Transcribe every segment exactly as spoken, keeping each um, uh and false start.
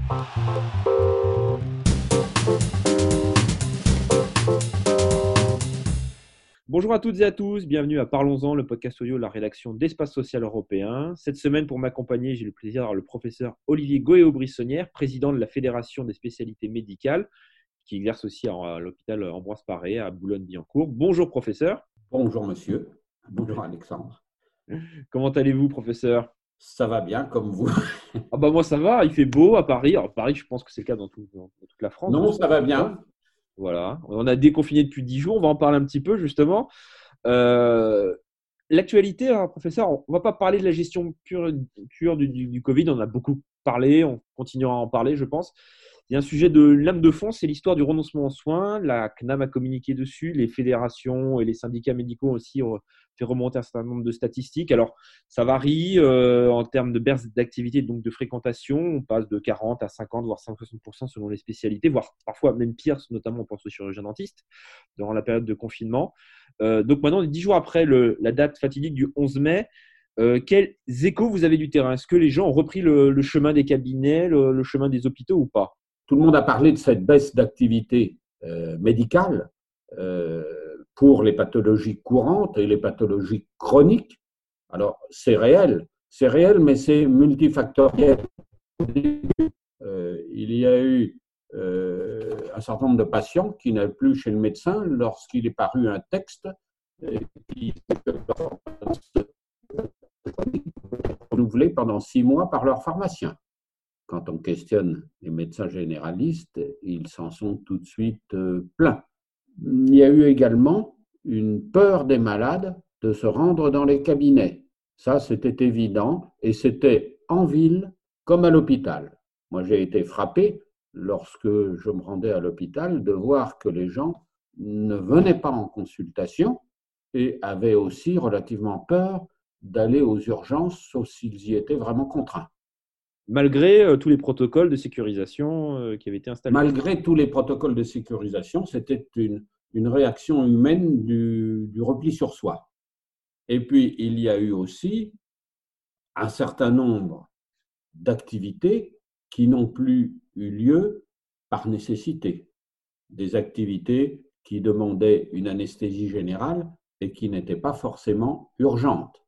Bonjour à toutes et à tous, bienvenue à Parlons-en, le podcast audio de la rédaction d'Espace Social Européen. Cette semaine, pour m'accompagner, j'ai le plaisir d'avoir le professeur Olivier Goéo-Brissonnière, président de la Fédération des spécialités médicales, qui exerce aussi à l'hôpital Ambroise Paré à Boulogne-Billancourt. Bonjour professeur. Bonjour monsieur, bonjour Alexandre. Comment allez-vous professeur? Ça va bien comme vous? Ah bah moi ça va, il fait beau à Paris. Alors Paris, je pense que c'est le cas dans, tout, dans toute la France. Non, ça va bien. Voilà, on a déconfiné depuis dix jours, on va en parler un petit peu justement. Euh, L'actualité, hein, professeur, on ne va pas parler de la gestion pure, pure du, du, du Covid, on en a beaucoup parlé, on continuera à en parler, je pense. Il y a un sujet de lame de fond, c'est l'histoire du renoncement aux soins. La C N A M a communiqué dessus, les fédérations et les syndicats médicaux ont aussi fait remonter un certain nombre de statistiques. Alors, ça varie euh, en termes de baisse d'activité, donc de fréquentation. On passe de quarante à cinquante, voire soixante pour cent selon les spécialités, voire parfois même pire, notamment on pense aux chirurgiens dentistes, durant la période de confinement. Euh, donc maintenant, dix jours après le, la date fatidique du onze mai, euh, quels échos vous avez du terrain? Est-ce que les gens ont repris le, le chemin des cabinets, le, le chemin des hôpitaux ou pas? Tout le monde a parlé de cette baisse d'activité euh, médicale euh, pour les pathologies courantes et les pathologies chroniques. Alors, c'est réel, c'est réel, mais c'est multifactoriel. Euh, il y a eu euh, un certain nombre de patients qui n'allaient plus chez le médecin lorsqu'il est paru un texte qui renouvelé pendant six mois par leur pharmacien. Quand on questionne les médecins généralistes, ils s'en sont tout de suite pleins. Il y a eu également une peur des malades de se rendre dans les cabinets. Ça, c'était évident et c'était en ville comme à l'hôpital. Moi, j'ai été frappé lorsque je me rendais à l'hôpital de voir que les gens ne venaient pas en consultation et avaient aussi relativement peur d'aller aux urgences sauf s'ils y étaient vraiment contraints. Malgré euh, tous les protocoles de sécurisation euh, qui avaient été installés. Malgré tous les protocoles de sécurisation, c'était une, une réaction humaine du, du repli sur soi. Et puis, il y a eu aussi un certain nombre d'activités qui n'ont plus eu lieu par nécessité. Des activités qui demandaient une anesthésie générale et qui n'étaient pas forcément urgentes.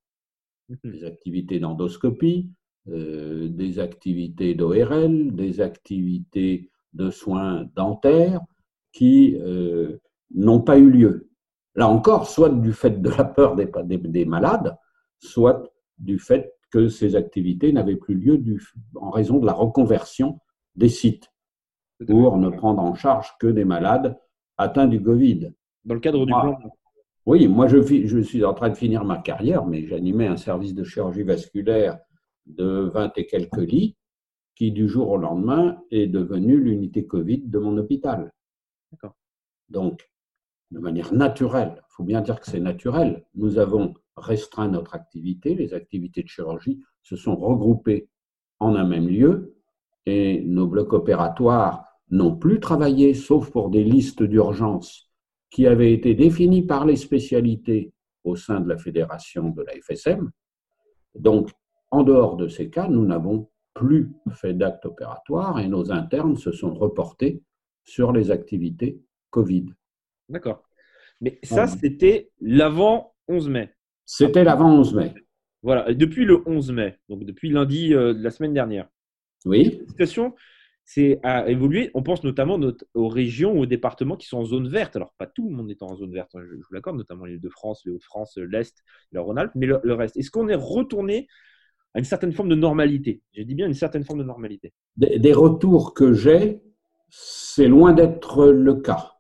Des activités d'endoscopie, Euh, des activités d'O R L, des activités de soins dentaires qui euh, n'ont pas eu lieu. Là encore, soit du fait de la peur des, des, des malades, soit du fait que ces activités n'avaient plus lieu du, en raison de la reconversion des sites pour ne prendre en charge que des malades atteints du Covid. Dans le cadre moi, du plan. Oui, moi je, je suis en train de finir ma carrière, mais j'animais un service de chirurgie vasculaire de vingt et quelques lits, qui du jour au lendemain est devenu l'unité Covid de mon hôpital. D'accord. Donc, de manière naturelle, il faut bien dire que c'est naturel, nous avons restreint notre activité, les activités de chirurgie se sont regroupées en un même lieu et nos blocs opératoires n'ont plus travaillé, sauf pour des listes d'urgence qui avaient été définies par les spécialités au sein de la fédération de la F S M. Donc, en dehors de ces cas, nous n'avons plus fait d'actes opératoires et nos internes se sont reportés sur les activités Covid. D'accord. Mais ça, voilà. C'était l'avant onze mai. C'était l'avant onze mai. Voilà. Et depuis le onze mai, donc depuis lundi euh, de la semaine dernière. Oui. La situation c'est, a évolué. On pense notamment notre, aux régions ou aux départements qui sont en zone verte. Alors, pas tout le monde étant en zone verte, je, je vous l'accorde, notamment les Hauts-de-France, les Hauts-de-France, l'Est, le Rhône-Alpes, mais le, le reste. Est-ce qu'on est retourné à une certaine forme de normalité? Je dis bien une certaine forme de normalité. Des, des retours que j'ai, c'est loin d'être le cas.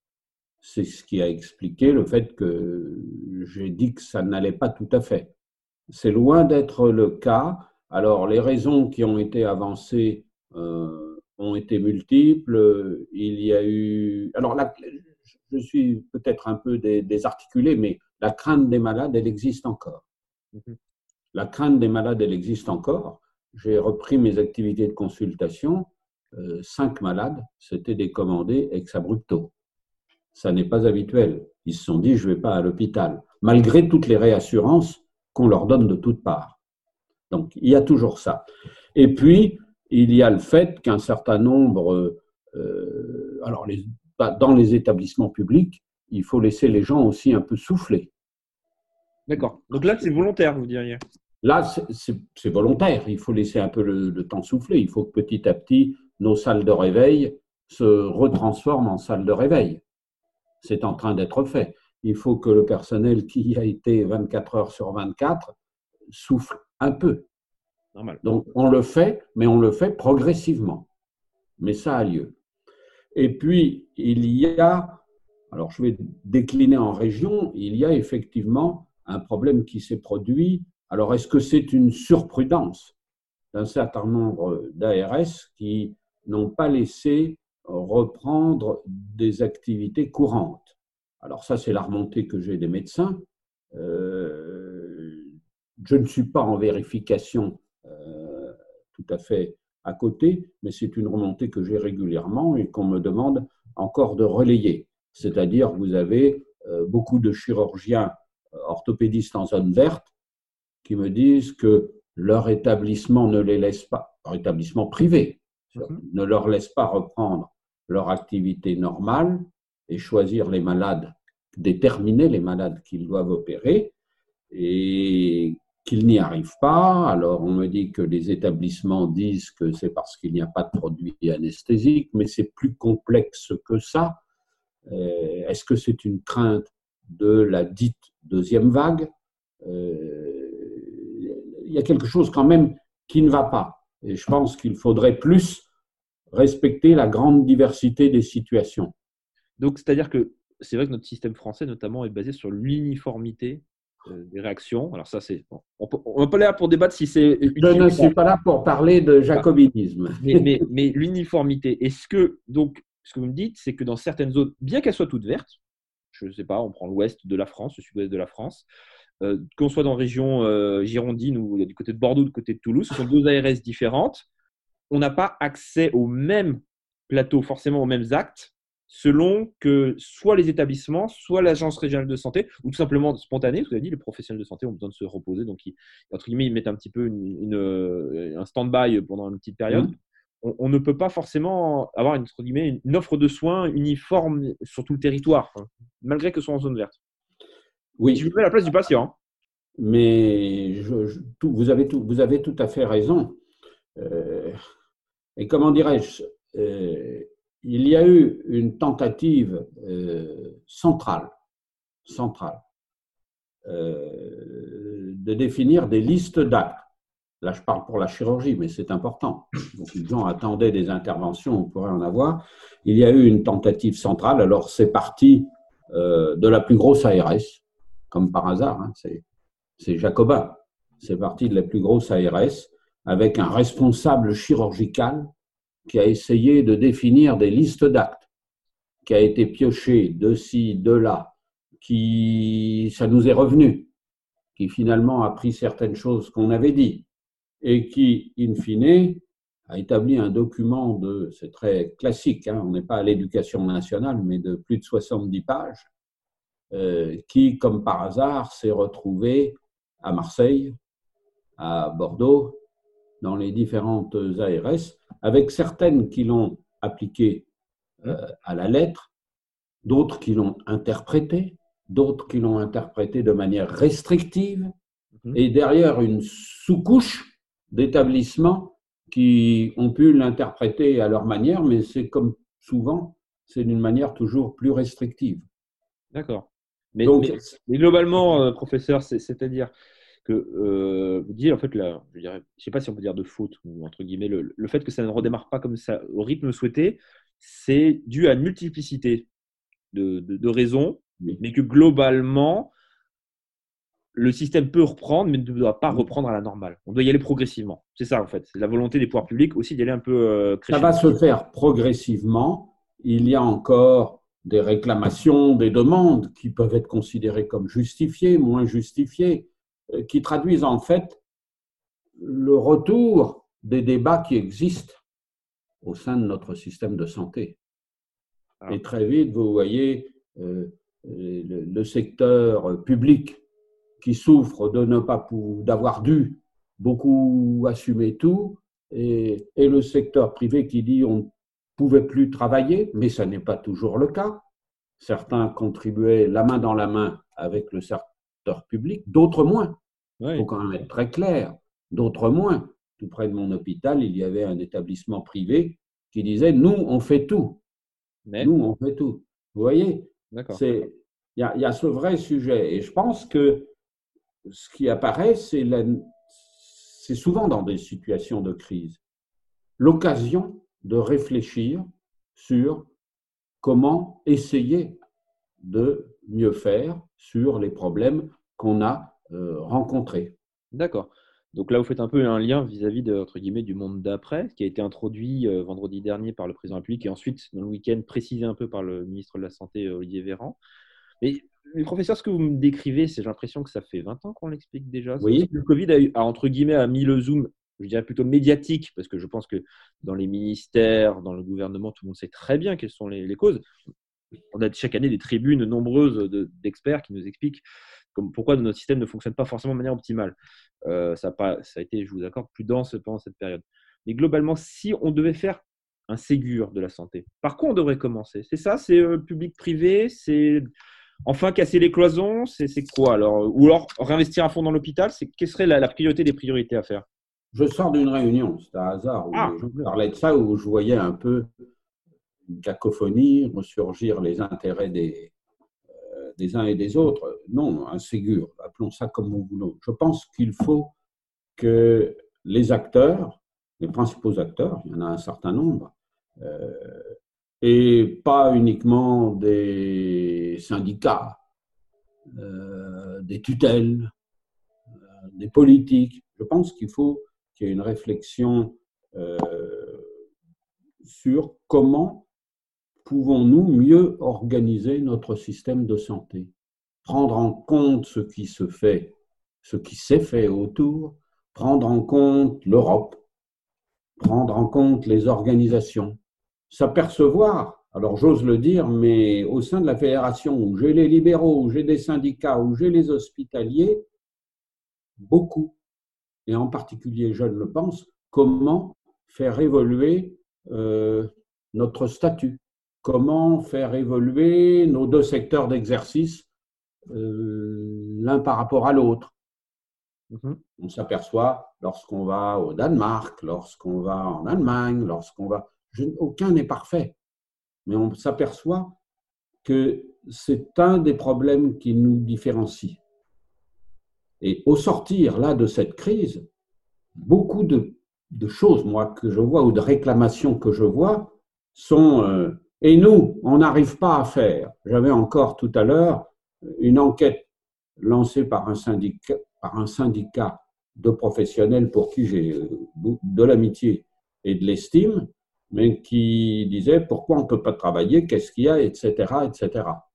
C'est ce qui a expliqué le fait que j'ai dit que ça n'allait pas tout à fait. C'est loin d'être le cas. Alors, les raisons qui ont été avancées euh, ont été multiples. Il y a eu… Alors, là, je suis peut-être un peu désarticulé, mais la crainte des malades, elle existe encore. Mm-hmm. La crainte des malades, elle existe encore. J'ai repris mes activités de consultation. Euh, cinq malades s'étaient décommandés ex abrupto. Ça n'est pas habituel. Ils se sont dit, je ne vais pas à l'hôpital, malgré toutes les réassurances qu'on leur donne de toutes parts. Donc, il y a toujours ça. Et puis, il y a le fait qu'un certain nombre, euh, alors les, dans les établissements publics, il faut laisser les gens aussi un peu souffler. D'accord. Donc là, c'est volontaire, vous diriez? Là, c'est volontaire. Il faut laisser un peu le, le temps souffler. Il faut que petit à petit, nos salles de réveil se retransforment en salles de réveil. C'est en train d'être fait. Il faut que le personnel qui y a été vingt-quatre heures sur vingt-quatre souffle un peu. Normal. Donc, on le fait, mais on le fait progressivement. Mais ça a lieu. Et puis, il y a, alors je vais décliner en région, il y a effectivement un problème qui s'est produit. Alors, est-ce que c'est une surprudence d'un certain nombre d'A R S qui n'ont pas laissé reprendre des activités courantes? Alors ça, c'est la remontée que j'ai des médecins. Euh, je ne suis pas en vérification euh, tout à fait à côté, mais c'est une remontée que j'ai régulièrement et qu'on me demande encore de relayer. C'est-à-dire, vous avez euh, beaucoup de chirurgiens orthopédistes en zone verte qui me disent que leur établissement ne les laisse pas, leur établissement privé, mm-hmm. ne leur laisse pas reprendre leur activité normale et choisir les malades, déterminer les malades qu'ils doivent opérer et qu'ils n'y arrivent pas. Alors on me dit que les établissements disent que c'est parce qu'il n'y a pas de produits anesthésiques, mais c'est plus complexe que ça. Euh, Est-ce que c'est une crainte de la dite deuxième vague? euh, Il y a quelque chose quand même qui ne va pas. Et je pense qu'il faudrait plus respecter la grande diversité des situations. Donc, c'est-à-dire que c'est vrai que notre système français, notamment, est basé sur l'uniformité euh, des réactions. Alors ça, c'est… Bon, on ne peut pas là pour débattre si c'est… Je ne suis pas là pour parler de jacobinisme. Mais, mais, mais l'uniformité, est-ce que… Donc, ce que vous me dites, c'est que dans certaines zones, bien qu'elles soient toutes vertes, je ne sais pas, on prend l'ouest de la France, le sud-ouest de la France, euh, qu'on soit dans la région euh, girondine ou du côté de Bordeaux ou du côté de Toulouse, ce sont deux A R S différentes. On n'a pas accès au même plateau, forcément aux mêmes actes, selon que soit les établissements, soit l'agence régionale de santé, ou tout simplement spontané, vous avez dit, les professionnels de santé ont besoin de se reposer, donc ils, entre guillemets, ils mettent un petit peu une, une, un stand-by pendant une petite période. Mmh. On, on ne peut pas forcément avoir une, entre guillemets, une offre de soins uniforme sur tout le territoire, hein, malgré que ce soit en zone verte. Oui. Je mets à la place du patient. Hein. Mais je, je, tout, vous, avez tout, vous avez tout à fait raison. Euh, et comment dirais-je, euh, il y a eu une tentative euh, centrale, centrale euh, de définir des listes d'actes. Là, je parle pour la chirurgie, mais c'est important. Beaucoup de gens attendaient des interventions, on pourrait en avoir. Il y a eu une tentative centrale. Alors, c'est parti euh, de la plus grosse A R S, comme par hasard. Hein, c'est Jacobin. C'est parti de la plus grosse A R S, avec un responsable chirurgical qui a essayé de définir des listes d'actes, qui a été pioché de ci, de là, qui, ça nous est revenu, qui finalement a pris certaines choses qu'on avait dit, et qui, in fine, a établi un document de, c'est très classique, hein, on n'est pas à l'éducation nationale, mais de plus de soixante-dix pages, euh, qui, comme par hasard, s'est retrouvé à Marseille, à Bordeaux, dans les différentes A R S, avec certaines qui l'ont appliqué euh, à la lettre, d'autres qui l'ont interprété, d'autres qui l'ont interprété de manière restrictive, mmh. et derrière une sous-couche d'établissements qui ont pu l'interpréter à leur manière, mais c'est comme souvent, c'est d'une manière toujours plus restrictive. D'accord. Mais, Donc, mais, mais globalement, euh, professeur, c'est-à-dire que euh, vous dites en fait, la, je ne sais pas si on peut dire de faute ou entre guillemets, le, le fait que ça ne redémarre pas comme ça au rythme souhaité, c'est dû à une multiplicité de, de, de raisons, oui. mais que globalement, le système peut reprendre, mais ne doit pas reprendre à la normale. On doit y aller progressivement. C'est ça en fait. C'est la volonté des pouvoirs publics aussi d'y aller un peu euh, crescendo. Ça va se faire progressivement. Il y a encore des réclamations, des demandes qui peuvent être considérées comme justifiées, moins justifiées, qui traduisent en fait le retour des débats qui existent au sein de notre système de santé. Ah. Et très vite, vous voyez euh, le, le secteur public qui souffre de ne pas d'avoir dû beaucoup assumer tout, et, et le secteur privé qui dit on ne pouvait plus travailler, mais ça n'est pas toujours le cas. Certains contribuaient la main dans la main avec le secteur public, d'autres moins. Il Oui. faut quand même être très clair, d'autres moins. Tout près de mon hôpital, il y avait un établissement privé qui disait « nous, on fait tout ». Mais, Nous, on fait tout. Vous voyez, d'accord. c'est, il y a, il y a ce vrai sujet. Et je pense que ce qui apparaît, c'est, la, c'est souvent dans des situations de crise, l'occasion de réfléchir sur comment essayer de mieux faire sur les problèmes qu'on a euh, rencontrés. D'accord. Donc là, vous faites un peu un lien vis-à-vis de, entre guillemets, du monde d'après, qui a été introduit euh, vendredi dernier par le président de la République et ensuite, dans le week-end, précisé un peu par le ministre de la Santé, euh, Olivier Véran. Mais, mais professeur, ce que vous me décrivez, c'est j'ai l'impression que ça fait vingt ans qu'on l'explique déjà. Sauf Oui, que le Covid a, eu- a, entre guillemets, a mis le zoom, je dirais plutôt médiatique, parce que je pense que dans les ministères, dans le gouvernement, tout le monde sait très bien quelles sont les, les causes. On a chaque année des tribunes nombreuses de, d'experts qui nous expliquent comme, pourquoi notre système ne fonctionne pas forcément de manière optimale. Euh, ça, a pas, ça a été, je vous accorde, plus dense pendant cette période. Mais globalement, si on devait faire un Ségur de la santé, par quoi on devrait commencer? C'est ça, c'est euh, public-privé, c'est enfin casser les cloisons, c'est, c'est quoi alors? Ou alors réinvestir à fond dans l'hôpital, c'est, quelle serait la, la priorité des priorités à faire? je sors d'une réunion, c'est un hasard, où Ah, les gens parlaient de ça, où je voyais un peu une cacophonie, ressurgir les intérêts des, des uns et des autres. Non, un Ségur, appelons ça comme nous voulons. Je pense qu'il faut que les acteurs, les principaux acteurs, il y en a un certain nombre, euh, et pas uniquement des syndicats, euh, des tutelles, euh, des politiques. Je pense qu'il faut qu'il y ait une réflexion euh, sur comment pouvons-nous mieux organiser notre système de santé, prendre en compte ce qui se fait, ce qui s'est fait autour, prendre en compte l'Europe, prendre en compte les organisations, s'apercevoir, alors j'ose le dire, mais au sein de la fédération où j'ai les libéraux, où j'ai des syndicats, où j'ai les hospitaliers, beaucoup, et en particulier je le pense, comment faire évoluer euh, notre statut, comment faire évoluer nos deux secteurs d'exercice euh, l'un par rapport à l'autre. mmh. On s'aperçoit lorsqu'on va au Danemark, lorsqu'on va en Allemagne, lorsqu'on va… Je, aucun n'est parfait, mais on s'aperçoit que c'est un des problèmes qui nous différencie. Et au sortir là de cette crise, beaucoup de, de choses, moi, que je vois, ou de réclamations que je vois, sont euh, et nous, on n'arrive pas à faire. J'avais encore tout à l'heure une enquête lancée par un syndicat, par un syndicat de professionnels pour qui j'ai de l'amitié et de l'estime, mais qui disait pourquoi on ne peut pas travailler, qu'est-ce qu'il y a, et cetera, et cetera.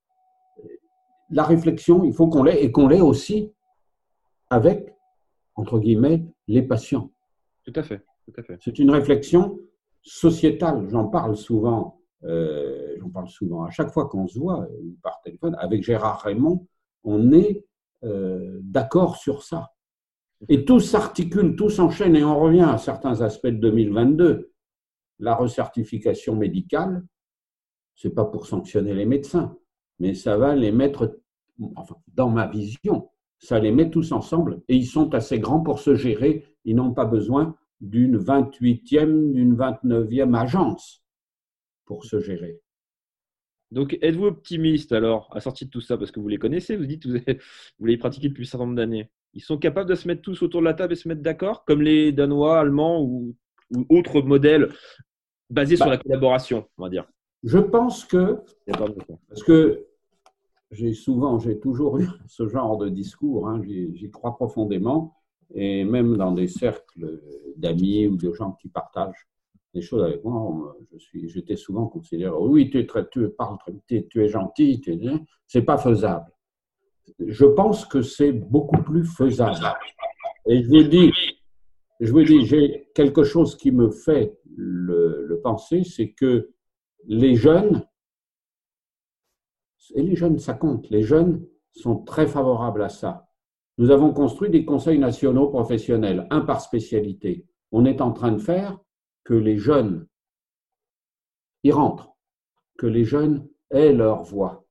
La réflexion, il faut qu'on l'ait, et qu'on l'ait aussi avec, entre guillemets, les patients. Tout à fait, tout à fait. C'est une réflexion sociétale. J'en parle souvent, euh, j'en parle souvent à chaque fois qu'on se voit par téléphone. Avec Gérard Raymond, on est euh, d'accord sur ça. Et tout s'articule, tout s'enchaîne, et on revient à certains aspects de deux mille vingt-deux. La recertification médicale, ce n'est pas pour sanctionner les médecins, mais ça va les mettre, enfin, dans ma vision, ça les met tous ensemble, et ils sont assez grands pour se gérer. Ils n'ont pas besoin d'une vingt-huitième, d'une vingt-neuvième agence pour se gérer. Donc, êtes-vous optimiste alors, à sortie de tout ça, parce que vous les connaissez, vous dites, vous, avez, vous les pratiquez depuis un certain nombre d'années. Ils sont capables de se mettre tous autour de la table et se mettre d'accord, comme les Danois, Allemands ou, ou autres modèles basés sur la Bah, collaboration, on va dire. je pense que, Il y a pas de ça. parce que j'ai souvent, j'ai toujours eu ce genre de discours, hein, j'y, j'y crois profondément, et même dans des cercles d'amis ou de gens qui partagent des choses avec moi, je suis, j'étais souvent considéré, oui, tu, es très, tu parles, tu, tu es gentil, tu es, c'est pas faisable. Je pense que c'est beaucoup plus faisable. Et je vous dis, je vous dis, j'ai quelque chose qui me fait le, le penser, c'est que les jeunes, et les jeunes, ça compte, les jeunes sont très favorables à ça. Nous avons construit des conseils nationaux professionnels, un par spécialité. on est en train de faire que les jeunes y rentrent, que les jeunes aient leur voix.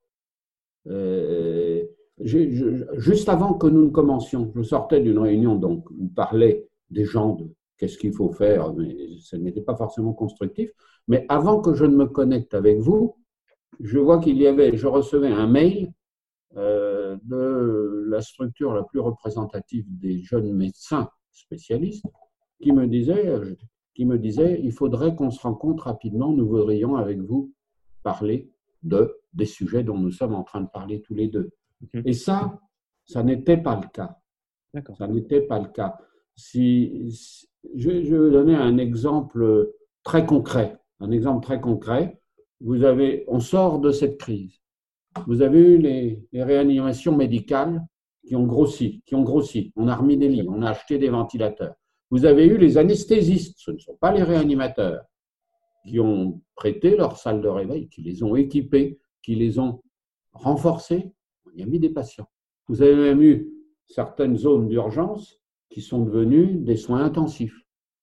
Euh, je, je, juste avant que nous ne commencions, je sortais d'une réunion donc, où parlait des gens de qu'est-ce qu'il faut faire, mais ce n'était pas forcément constructif. Mais avant que je ne me connecte avec vous, je vois qu'il y avait, je recevais un mail euh, de la structure la plus représentative des jeunes médecins spécialistes qui me disait, qui me disait il faudrait qu'on se rencontre rapidement, nous voudrions avec vous parler de, des sujets dont nous sommes en train de parler tous les deux. Mmh. Et ça, ça n'était pas le cas. D'accord. Ça n'était pas le cas. Si, si, je, je vais vous donner un exemple très concret. Un exemple très concret. Vous avez, on sort de cette crise. Vous avez eu les, les réanimations médicales qui ont grossi, qui ont grossi. On a remis des lits, on a acheté des ventilateurs. Vous avez eu les anesthésistes, ce ne sont pas les réanimateurs, qui ont prêté leur salle de réveil, qui les ont équipés, qui les ont renforcés. On y a mis des patients. Vous avez même eu certaines zones d'urgence qui sont devenues des soins intensifs.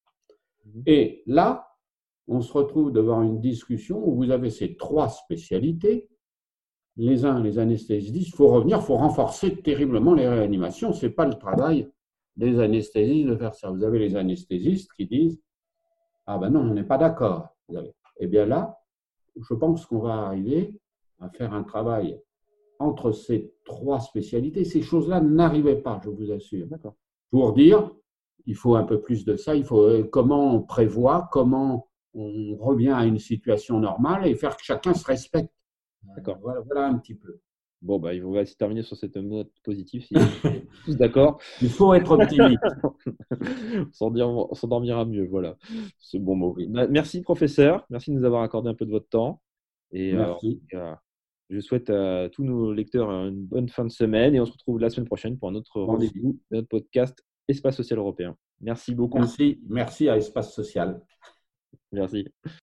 Et là, on se retrouve devant une discussion où vous avez ces trois spécialités. Les uns, les anesthésistes, il faut revenir, il faut renforcer terriblement les réanimations. Ce n'est pas le travail des anesthésistes de faire ça. Vous avez les anesthésistes qui disent « Ah ben non, on n'est pas d'accord. » Eh bien là, je pense qu'on va arriver à faire un travail entre ces trois spécialités. Ces choses-là n'arrivaient pas, je vous assure. D'accord. Pour dire, il faut un peu plus de ça, il faut comment on prévoit, comment on revient à une situation normale et faire que chacun se respecte. D'accord. Voilà, voilà un petit peu. Bon, bah, on va se terminer sur cette note positive, si vous êtes tous d'accord. Il faut être optimiste. On s'endormira mieux, voilà. Ce bon mot. Merci, professeur. Merci de nous avoir accordé un peu de votre temps. Et Merci. Euh, je souhaite à tous nos lecteurs une bonne fin de semaine et on se retrouve la semaine prochaine pour un autre rendez-vous de notre podcast Espace Social Européen. Merci beaucoup. Merci, merci à Espace Social. Merci.